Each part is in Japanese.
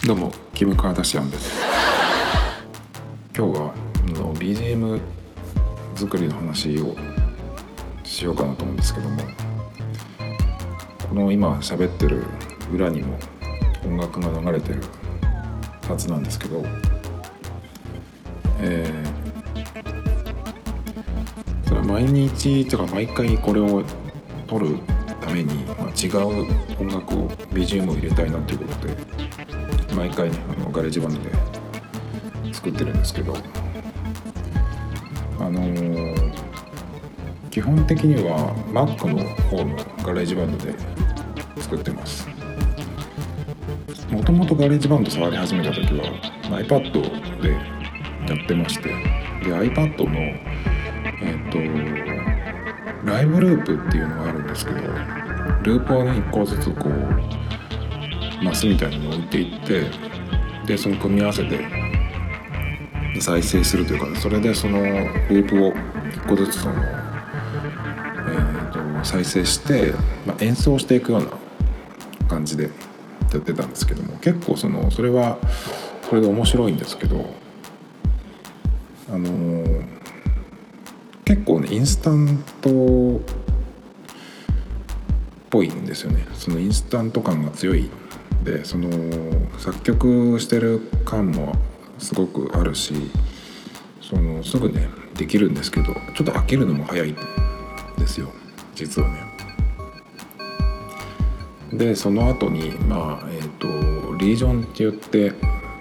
どうもキム・カーダシアンです。今日はBGM 作りの話をしようかなと思うんですけども、この今喋ってる裏にも音楽が流れてるはずなんですけど、それは毎日とか毎回これを撮るために、違う音楽を BGM を入れたいなということで毎回ねガレージバンドで作ってるんですけど、基本的には Mac の方のガレージバンドで作ってます。もともとガレージバンド触り始めた時は iPad でやってまして、で iPad のライブループっていうのがあるんですけど、ループをね1個ずつこうマスみたいなのを置いていって、でその組み合わせて再生するというか、ね、それでそのループを1個ずつ再生して、演奏していくような感じでやってたんですけども、結構それはそれで面白いんですけど、結構ねインスタントっぽいんですよね。そのインスタント感が強いで、その作曲してる感もすごくあるし、すぐねできるんですけど、ちょっと飽きるのも早いんですよ実はね。でその後にリージョンって言って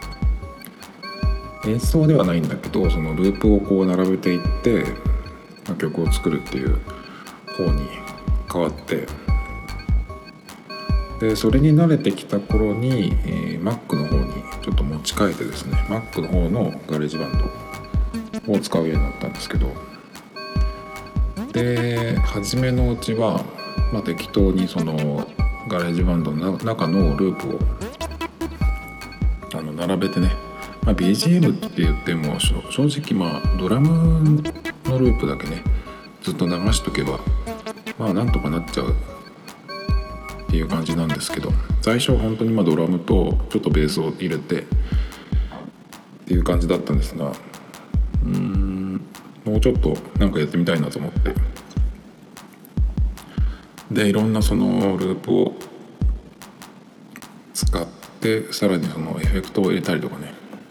演奏ではないんだけど、そのループをこう並べていって、曲を作るっていう方に変わって、でそれに慣れてきた頃に、Mac の方にちょっと持ち替えてですね、 Mac の方のガレージバンドを使うようになったんですけど、で初めのうちは、適当にそのガレージバンドの中のループを並べてね、BGM って言っても正直ドラムのループだけねずっと流しとけばなんとかなっちゃうっていう感じなんですけど、最初は本当にドラムとちょっとベースを入れてっていう感じだったんですが、もうちょっとなんかやってみたいなと思って、でいろんなそのループを使ってさらにそのエフェクトを入れたりとかね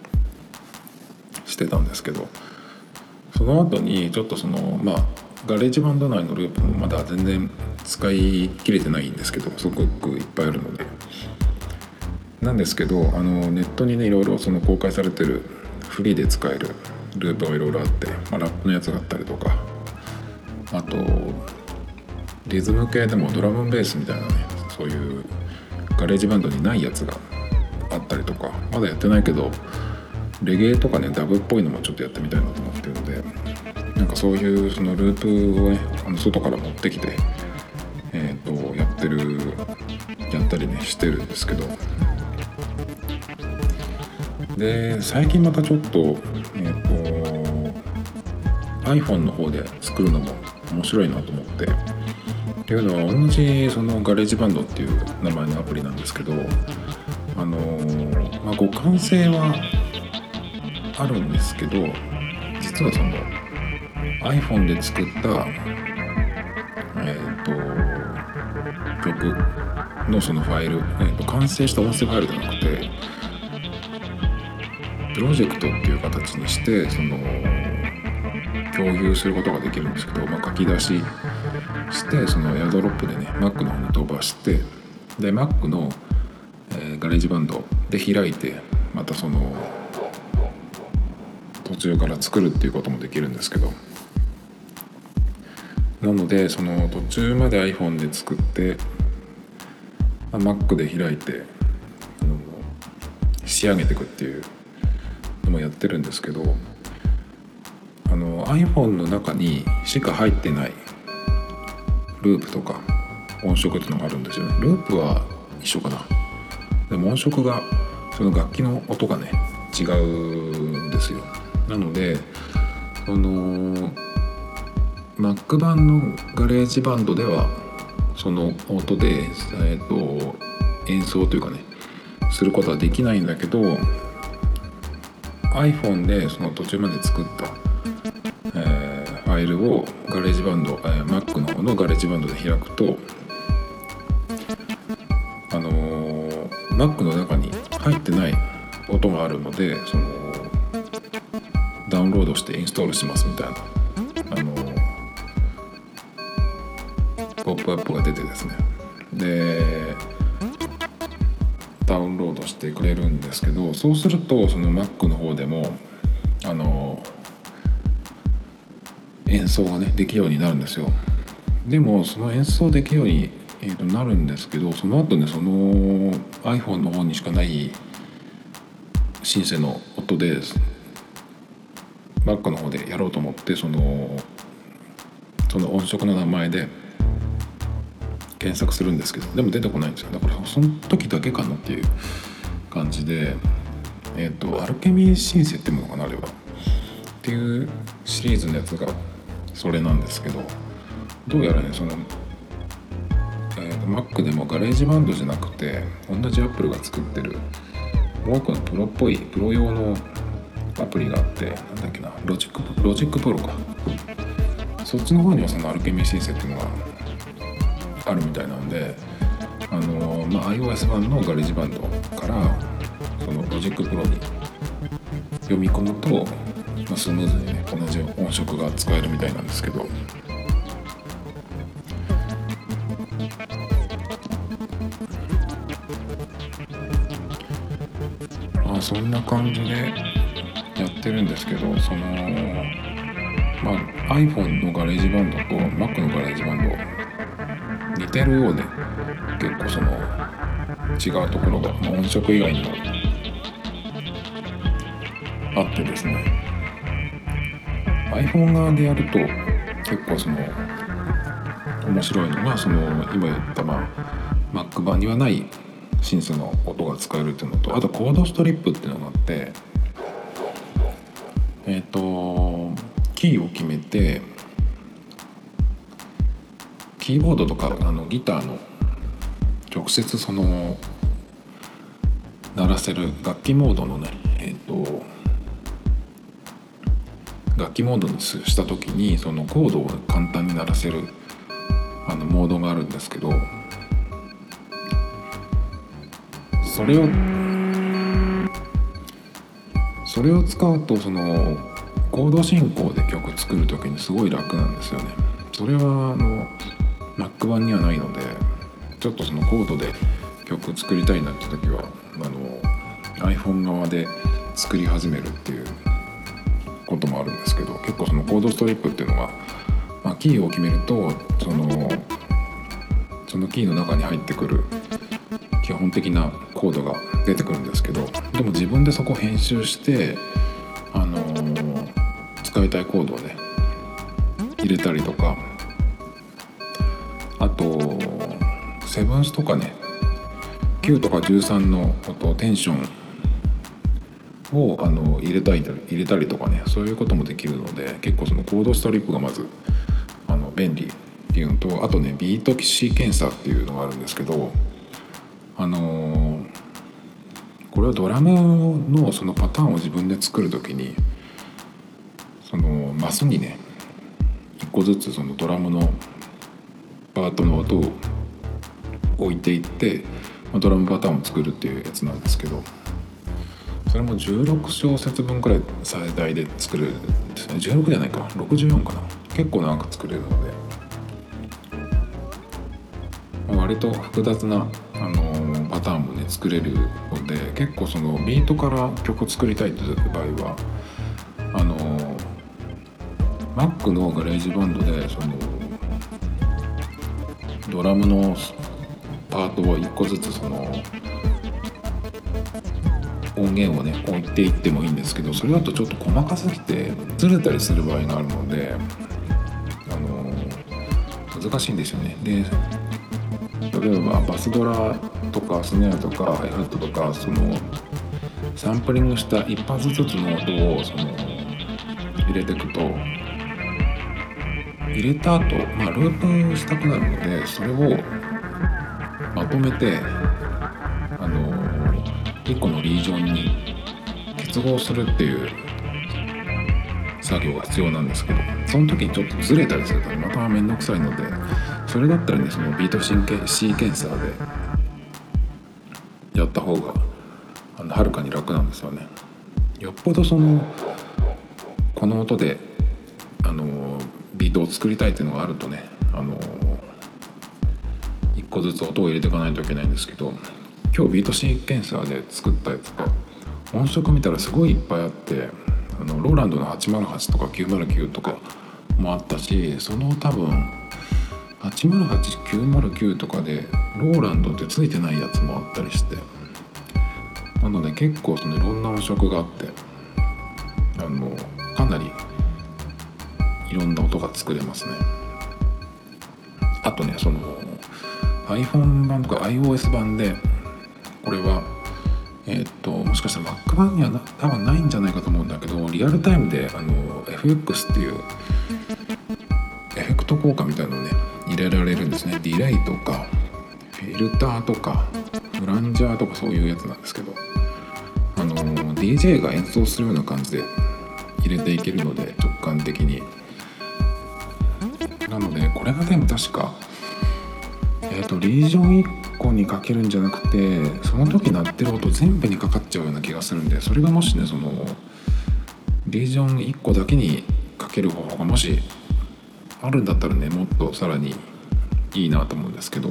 してたんですけど、その後にちょっとガレージバンド内のループもまだ全然使い切れてないんですけど、すごくいっぱいあるのでなんですけど、ネットにねいろいろその公開されてるフリーで使えるループがいろいろあって、ラップのやつがあったりとか、あとリズム系でもドラムベースみたいなね、そういうガレージバンドにないやつがあったりとか、まだやってないけどレゲエとかねダブっぽいのもちょっとやってみたいなと思ってるので、なんかそういうそのループをね外から持ってきてやったりねしてるんですけど、で最近またちょっとiPhone の方で作るのも面白いなと思って、っていうのは同じそのガレージバンドっていう名前のアプリなんですけど、互換性はあるんですけど、実はその iPhone で作った曲のそのファイル、完成した音声ファイルじゃなくてプロジェクトっていう形にして共有することができるんですけど、書き出ししてそのエアドロップでね Mac の方に飛ばして、で Mac の、ガレージバンドで開いてまたその途中から作るっていうこともできるんですけど、なのでその途中まで iPhone で作って Mac で開いて仕上げていくっていうのもやってるんですけど、iPhone の中にしか入ってないループとか音色っていうのがあるんですよね。ループは一緒かな。でも音色がその楽器の音がね違うんですよ。なのでMac 版のガレージバンドではその音で、演奏というかねすることはできないんだけど iPhone でその途中まで作った、ファイルをガレージバンド、Mac の方のガレージバンドで開くと、Mac の中に入ってない音があるので、そのダウンロードしてインストールしますみたいなポップアップが出てですね、でダウンロードしてくれるんですけど、そうするとその Mac の方でも演奏がねできるようになるんですよ。でもその演奏できるように、なるんですけど、その後ねその iPhone の方にしかないシンセの音で Mac の方でやろうと思ってその音色の名前で検索するんですけど、でも出てこないんですよ。だからその時だけかなっていう感じで、アルケミーシンセっていうものかな、あれはっていうシリーズのやつがそれなんですけど、どうやらねその、Mac でもガレージバンドじゃなくて同じ Apple が作ってるもう一個のプロっぽいプロ用のアプリがあって、なんだっけな、ロジックプロか、そっちの方にはそのアルケミーシンセっていうのがあるみたいなので、iOS 版のガレージバンドからそのロジックプロに読み込むと、スムーズにね同じ音色が使えるみたいなんですけど、そんな感じでやってるんですけど、iPhone のガレージバンドと Mac のガレージバンド似てるようで、結構その違うところが、音色以外にもあってですね、 iPhone 側でやると結構その面白いのが、その今言った、Mac 版にはないシンセの音が使えるっていうのと、あとコードストリップっていうのがあって、キーを決めてキーボードとかギターの直接その鳴らせる楽器モードのね、楽器モードにした時にそのコードを簡単に鳴らせるモードがあるんですけど、それを使うとそのコード進行で曲作る時にすごい楽なんですよね。それはMac 版にはないので、ちょっとそのコードで曲作りたいなって時はiPhone 側で作り始めるっていうこともあるんですけど、結構そのコードストリップっていうのが、キーを決めるとそのキーの中に入ってくる基本的なコードが出てくるんですけど、でも自分でそこを編集して、使いたいコードをね入れたりとか、あとセブンスとかね9とか13の音テンションを入れたりとかね、そういうこともできるので、結構そのコードストリップがまず便利っていうのと、あとねビートシーケンサーっていうのがあるんですけど、これはドラムのそのパターンを自分で作るときにそのマスにね一個ずつそのドラムのパートの音を置いていって、ドラムパターンを作るっていうやつなんですけど、それも16小節分くらい最大で作れるんですね。16じゃないか、64かな、結構長く作れるので、割と複雑なパターンもね作れるので、結構そのビートから曲作りたいという場合はMac のガレージバンドでそのドラムのパートを1個ずつその音源をね置いていってもいいんですけど、それだとちょっと細かすぎてずれたりする場合があるので難しいんですよね。で例えばバスドラとかスネアとかハイハットとかそのサンプリングした一発ずつの音をその入れていくと、入れた後、ループしたくなるので、それをまとめて 1個のリージョンに結合するっていう作業が必要なんですけど、その時にちょっとずれたりするとまためんどくさいので、それだったらねそのビートシーケンサーでやった方がはるかに楽なんですよね。よっぽどこの音でビートを作りたいっていうのがあるとね一個ずつ音を入れていかないといけないんですけど、今日ビートシーケンサーで作ったやつが音色見たらすごいいっぱいあって、ローランドの808とか909とかもあったし、その多分808909とかでローランドってついてないやつもあったりして、なので結構いろんな音色があってかなりいろんな音が作れますね。あとねiPhone 版とか iOS 版でこれはもしかしたら Mac 版には多分ないんじゃないかと思うんだけど、リアルタイムでFX っていうエフェクト効果みたいなのをね入れられるんですね。ディレイとかフィルターとかフランジャーとかそういうやつなんですけど、DJ が演奏するような感じで入れていけるので直感的に。なのでこれがでも確かリージョン1個にかけるんじゃなくて、その時鳴ってる音全部にかかっちゃうような気がするんで、それがもしねリージョン1個だけにかける方法がもしあるんだったらね、もっとさらにいいなと思うんですけど、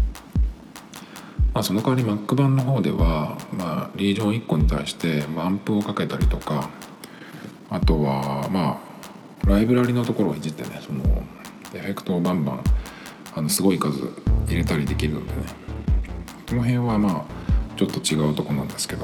その代わり Mac 版の方では、リージョン1個に対してアンプをかけたりとか、あとはライブラリのところをいじってねエフェクトをバンバンすごい数入れたりできるのでね、この辺はちょっと違うとこなんですけど、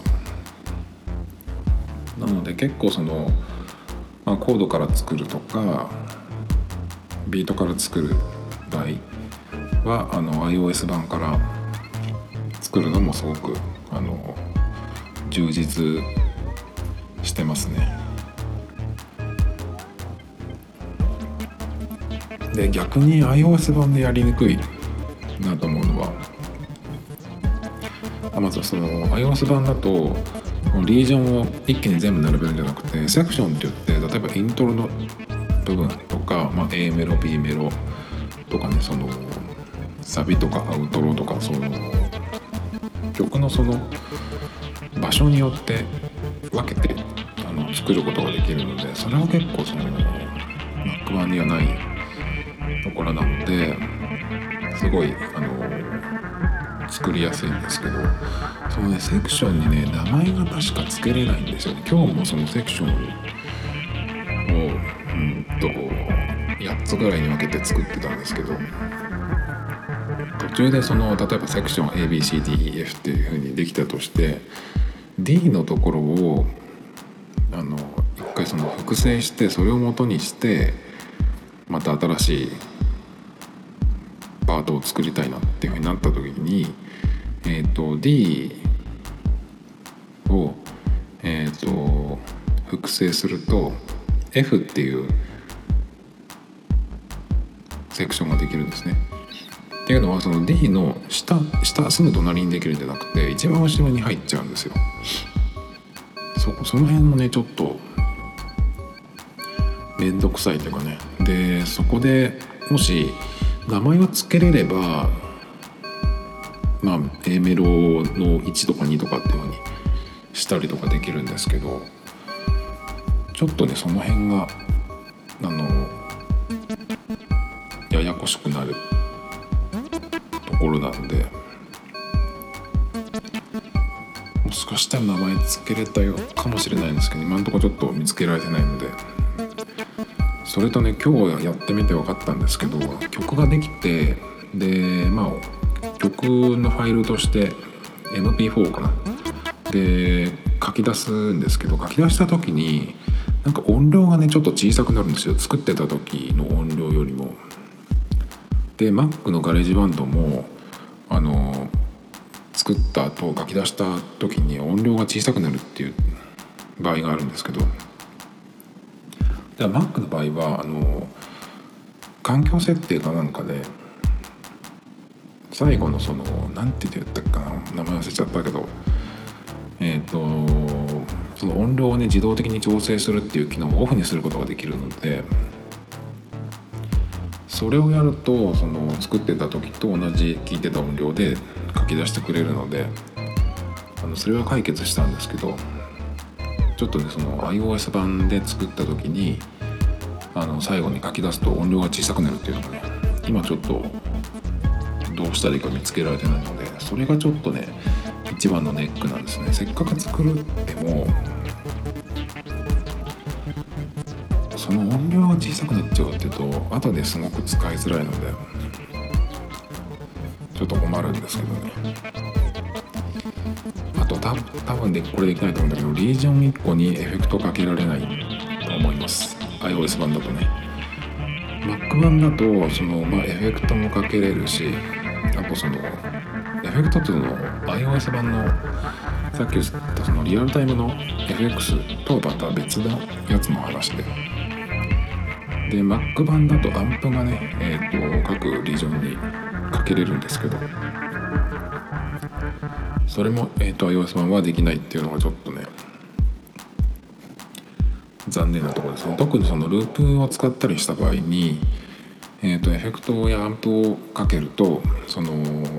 なので結構コードから作るとかビートから作る場合はiOS 版から作るのもすごく充実してますね。で逆に iOS 版でやりにくいなと思うのは、まずiOS 版だとリージョンを一気に全部並べるんじゃなくて、セクションって言って、例えばイントロの部分とか、A メロ B メロとかね、サビとかアウトロとか曲の場所によって分けて作ることができるので、それは結構Mac 版にはないところなのですごい作りやすいんですけど、セクションにね名前が確か付けれないんですよね。今日もそのセクションを8つぐらいに分けて作ってたんですけど、途中で例えばセクション ABCDEF っていう風にできたとして D のところを一回複製して、それを元にしてまた新しいパートを作りたいなっていう風になった時に、D を、複製すると F っていうセクションができるんですね。っていうのはD の下すぐ隣にできるんじゃなくて一番後ろに入っちゃうんですよ。その辺もねちょっとめんどくさいというかね。でそこでもし名前を付けれればA メロの1とか2とかっていう風にしたりとかできるんですけど、ちょっとねその辺がややこしくなるところなんで、もしかしたら名前付けれたよかもしれないんですけど、今のところちょっと見つけられてないので。それとね今日やってみて分かったんですけど、曲ができて、で曲のファイルとして MP4 かなで書き出すんですけど、書き出した時に音量がねちょっと小さくなるんですよ、作ってた時の音量よりも。で Mac のガレージバンドも作った後書き出した時に音量が小さくなるっていう場合があるんですけど、Mac の場合は環境設定かなんかで最後のなんて言ったかな、名前忘れちゃったけどその音量をね自動的に調整するっていう機能をオフにすることができるので、それをやるとその作ってた時と同じ聞いてた音量で書き出してくれるので、それは解決したんですけど、ちょっとねその iOS 版で作った時に最後に書き出すと音量が小さくなるっていうのがね、今ちょっとどうしたらいいか見つけられてないので、それがちょっとね一番のネックなんですね。せっかく作るってもその音量が小さくなっちゃうっていうと後ですごく使いづらいのでちょっと困るんですけどね。あと多分でこれできないと思うんだけど、リージョン1個にエフェクトかけられないと思います。 iOS 版だとね。 Mac 版だとエフェクトもかけれるし、あとそのエフェクトっていうのを iOS 版のさっき言ったそのリアルタイムの FX とまた別なやつの話で、Mac 版だとアンプがね、各リージョンにかけれるんですけど、それも、iOS 版はできないっていうのがちょっとね残念なところですね。特にそのループを使ったりした場合に、エフェクトやアンプをかけるとその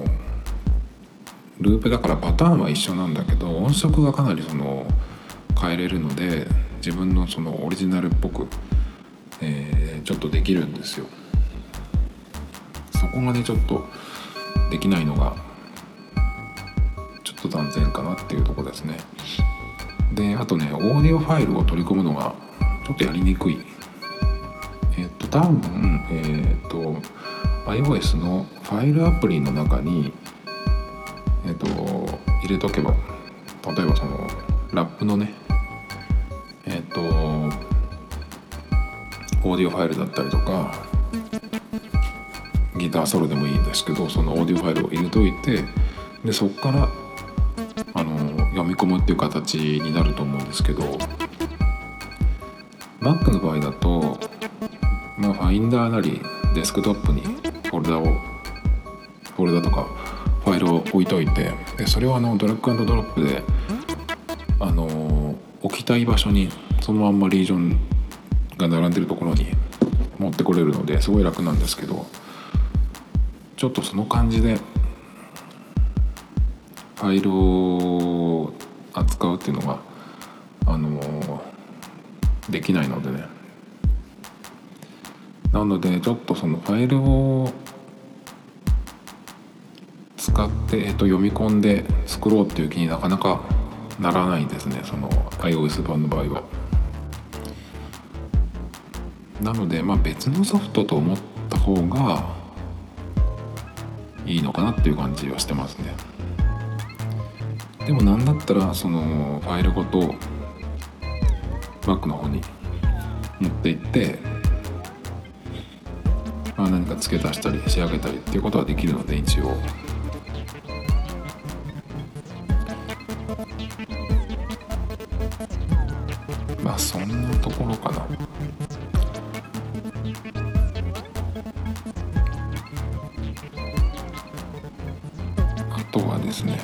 ループだからパターンは一緒なんだけど音色がかなりその変えれるので自分のそのオリジナルっぽく、ちょっとできるんですよ。そこがねちょっとできないのがちょっと残念かなっていうところですね。であとねオーディオファイルを取り込むのがちょっとやりにくい。多分iOS のファイルアプリの中に入れとけば、例えばそのラップのねオーディオファイルだったりとかギターソロでもいいんですけど、そのオーディオファイルを入れといて、でそこから読み込むっていう形になると思うんですけど、 Mac の場合だとファインダーなりデスクトップにフォルダとかファイルを置いといて、でそれをドラッグ&ドロップで置きたい場所にそのまんまリージョンが並んでるところに持ってこれるのですごい楽なんですけど、ちょっとその感じでファイルを扱うっていうのができないのでね。なのでちょっとそのファイルを使って、読み込んで作ろうっていう気になかなかならないですね、その iOS 版の場合は。なので別のソフトと思った方がいいのかなっていう感じはしてますね。でもなんだったらそのファイルごと Mac の方に持っていって何か付け足したり仕上げたりっていうことはできるので、一応そんなところかな。あとはですね、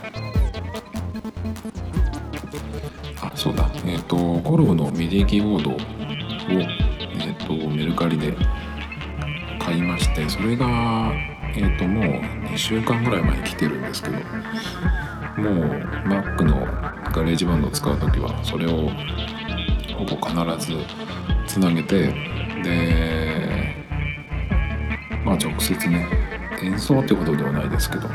そうだ、コルグのミディキーボードを、メルカリで買いまして、それがもう2週間ぐらい前に来てるんですけど、もう Mac のガレージバンドを使うときはそれをほぼ必ずつなげて、で直接ね演奏ってことではないですけど、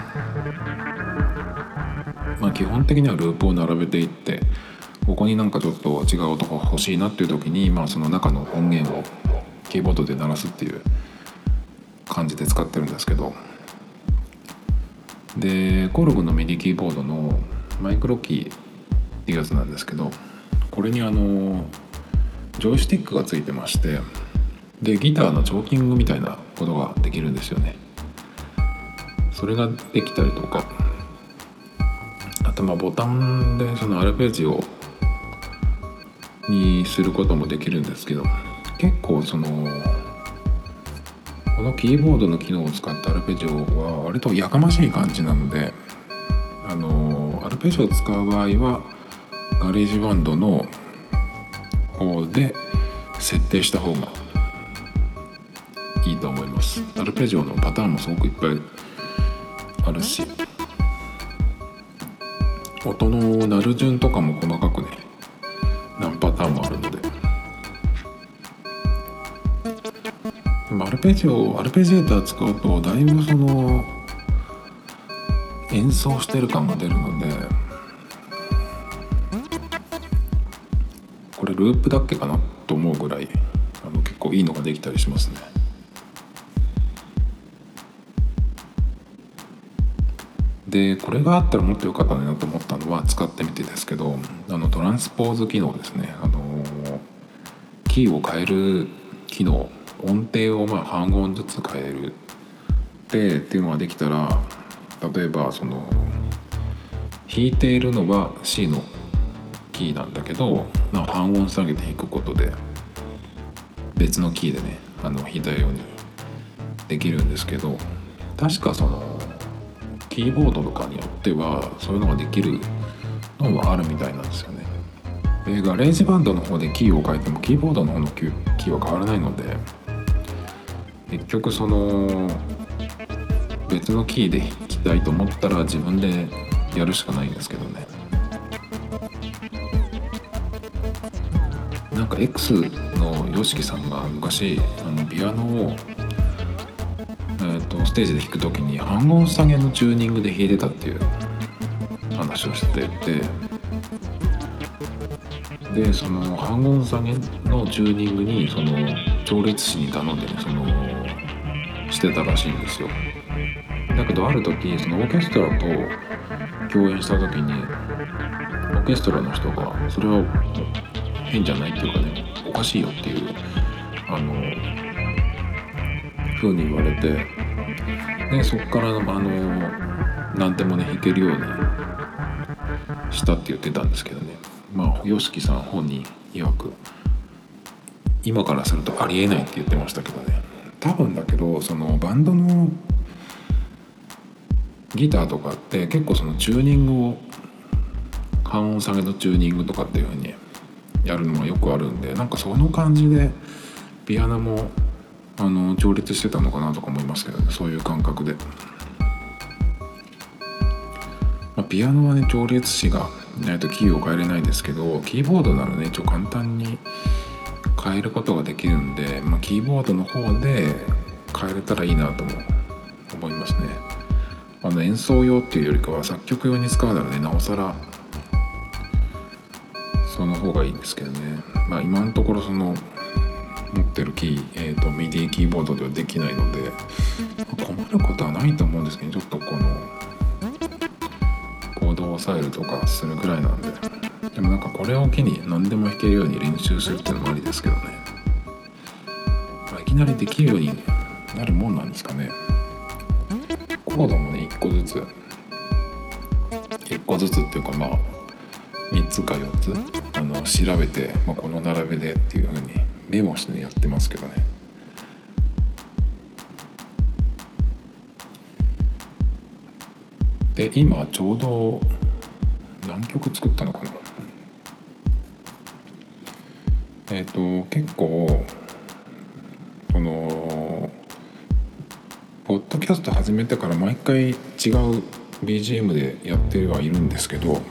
基本的にはループを並べていって、ここになんかちょっと違う音が欲しいなっていう時に、その中の音源をキーボードで鳴らすっていう感じで使ってるんですけど、でコルグのミディキーボードのマイクロキーっていうやつなんですけど、これにジョイスティックがついてまして、でギターのチョーキングみたいなことができるんですよね。それができたりとか、あとボタンでそのアルペジオにすることもできるんですけど、結構このキーボードの機能を使ったアルペジオは割とやかましい感じなので、アルペジオを使う場合はガレージバンドの方で設定した方がいいと思います。アルペジオのパターンもすごくいっぱいあるし、音の鳴る順とかも細かくね何パターンもあるので、でもアルペジエーター使うとだいぶその演奏してる感が出るので、これループだっけかなと思うぐらい結構いいのができたりしますね。でこれがあったらもっと良かったなと思ったのは、使ってみてですけど、トランスポーズ機能ですね。キーを変える機能、音程を半音ずつ変えるっていうのができたら、例えばその弾いているのは C のキーなんだけど、半音下げて弾くことで別のキーでね弾いたようにできるんですけど、確かそのキーボードとかによってはそういうのができるのはあるみたいなんですよね。でガレージバンドの方でキーを変えてもキーボードの方のキーは変わらないので、結局その別のキーで弾きたいと思ったら自分でやるしかないんですけどね。なんか X の YOSHIKI さんが昔ピアノをステージで弾くときに半音下げのチューニングで弾いてたっていう話をしてて、でその半音下げのチューニングにその調律師に頼んでねしてたらしいんですよ。だけどある時そのオーケストラと共演した時にオーケストラの人がそれは変じゃないっていうかね、おかしいよっていう風に言われて、でそっから何でもね弾けるようにしたって言ってたんですけどね。YOSHIKI さん本人曰く今からするとありえないって言ってましたけどね。多分だけどそのバンドのギターとかって結構そのチューニングを半音下げのチューニングとかっていう風にやるのがよくあるんで、なんかその感じでピアノも調律してたのかなとか思いますけどね、そういう感覚で。ピアノはね調律師がいないとキーを変えれないですけど、キーボードならね簡単に変えることができるんで、キーボードの方で変えれたらいいなとも思いますね。演奏用っていうよりかは作曲用に使うならねなおさらその方がいいんですけどね。今のところその持ってるキー、ミディキーボードではできないので困ることはないと思うんですけど、ちょっとこのコードを押さえるとかするぐらいなんで、でもなんかこれを機に何でも弾けるように練習するっていうのもありですけどね。いきなりできるようになるもんなんですかね。コードもね1個ずつっていうか3つか4つ調べて、この並べでっていう風にメモしてやってますけどね。で今ちょうど何曲作ったのかな。結構そのポッドキャスト始めてから毎回違う BGM でやってはいるんですけど、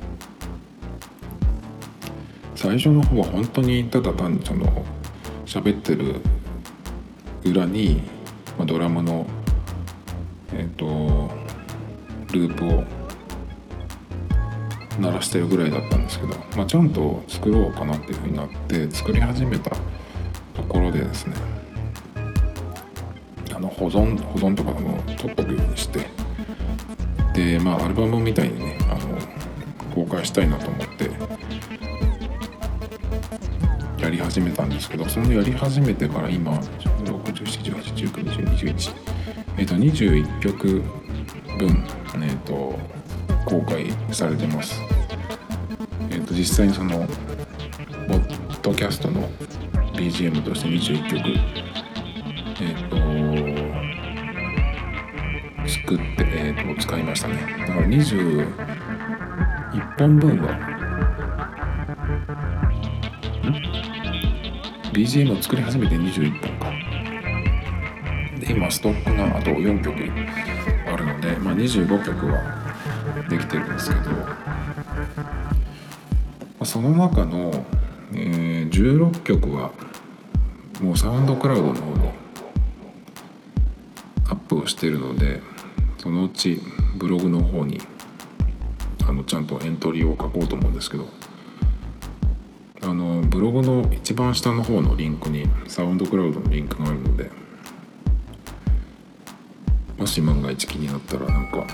最初の方は本当にただ単にその喋ってる裏に、ドラムのループを鳴らしてるぐらいだったんですけど、ちゃんと作ろうかなっていう風になって作り始めたところでですね、保存とかも取っとくようにして、でアルバムみたいにね公開したいなと思ってやり始めたんですけど、そのやり始めてから今21曲分公開されてます。実際にそのポッドキャストの BGM として21曲作って、使いましたね。だから21本分は BGM を作り始めて21本かで、今ストックがあと4曲あるので、25曲はできてるんですけど、その中の、16曲はもうサウンドクラウドの方にアップをしているので、そのうちブログの方にちゃんとエントリーを書こうと思うんですけど、ブログの一番下の方のリンクにサウンドクラウドのリンクがあるので、もし万が一気になったら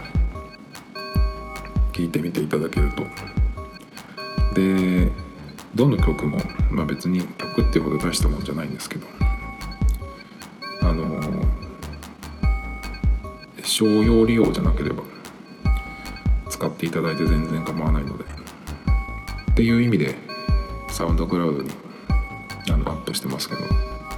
聞いてみていただけると。でどの曲も、別に曲っていうほど大したもんじゃないんですけど、商用利用じゃなければ使っていただいて全然構わないのでっていう意味でサウンドクラウドにアップしてますけど、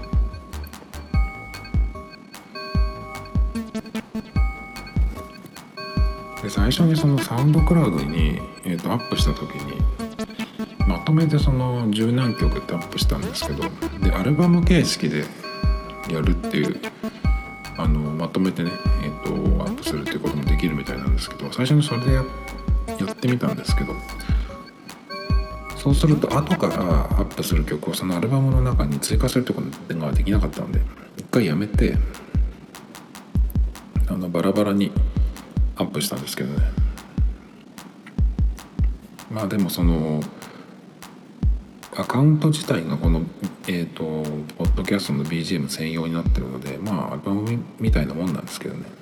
で最初にそのサウンドクラウドに、アップした時にまとめてその十何曲ってアップしたんですけど、でアルバム形式でやるっていうまとめてね、アップするっていうこともできるみたいなんですけど、最初にそれでやってみたんですけど、そうすると後からアップする曲をそのアルバムの中に追加するってことができなかったので、一回やめてバラバラにアップしたんですけどね。でもそのアカウント自体がこのポッドキャストの BGM 専用になってるので、アルバムみたいなもんなんですけどね。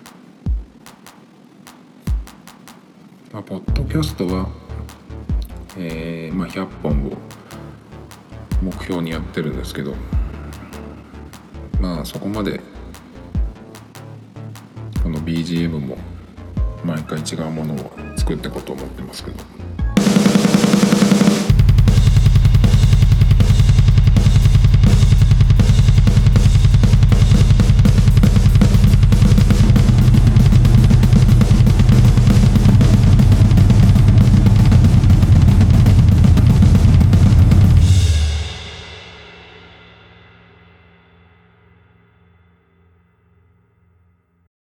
ポッドキャストは、100本を目標にやってるんですけど、そこまでこの BGM も毎回違うものを作っていこうと思ってますけど。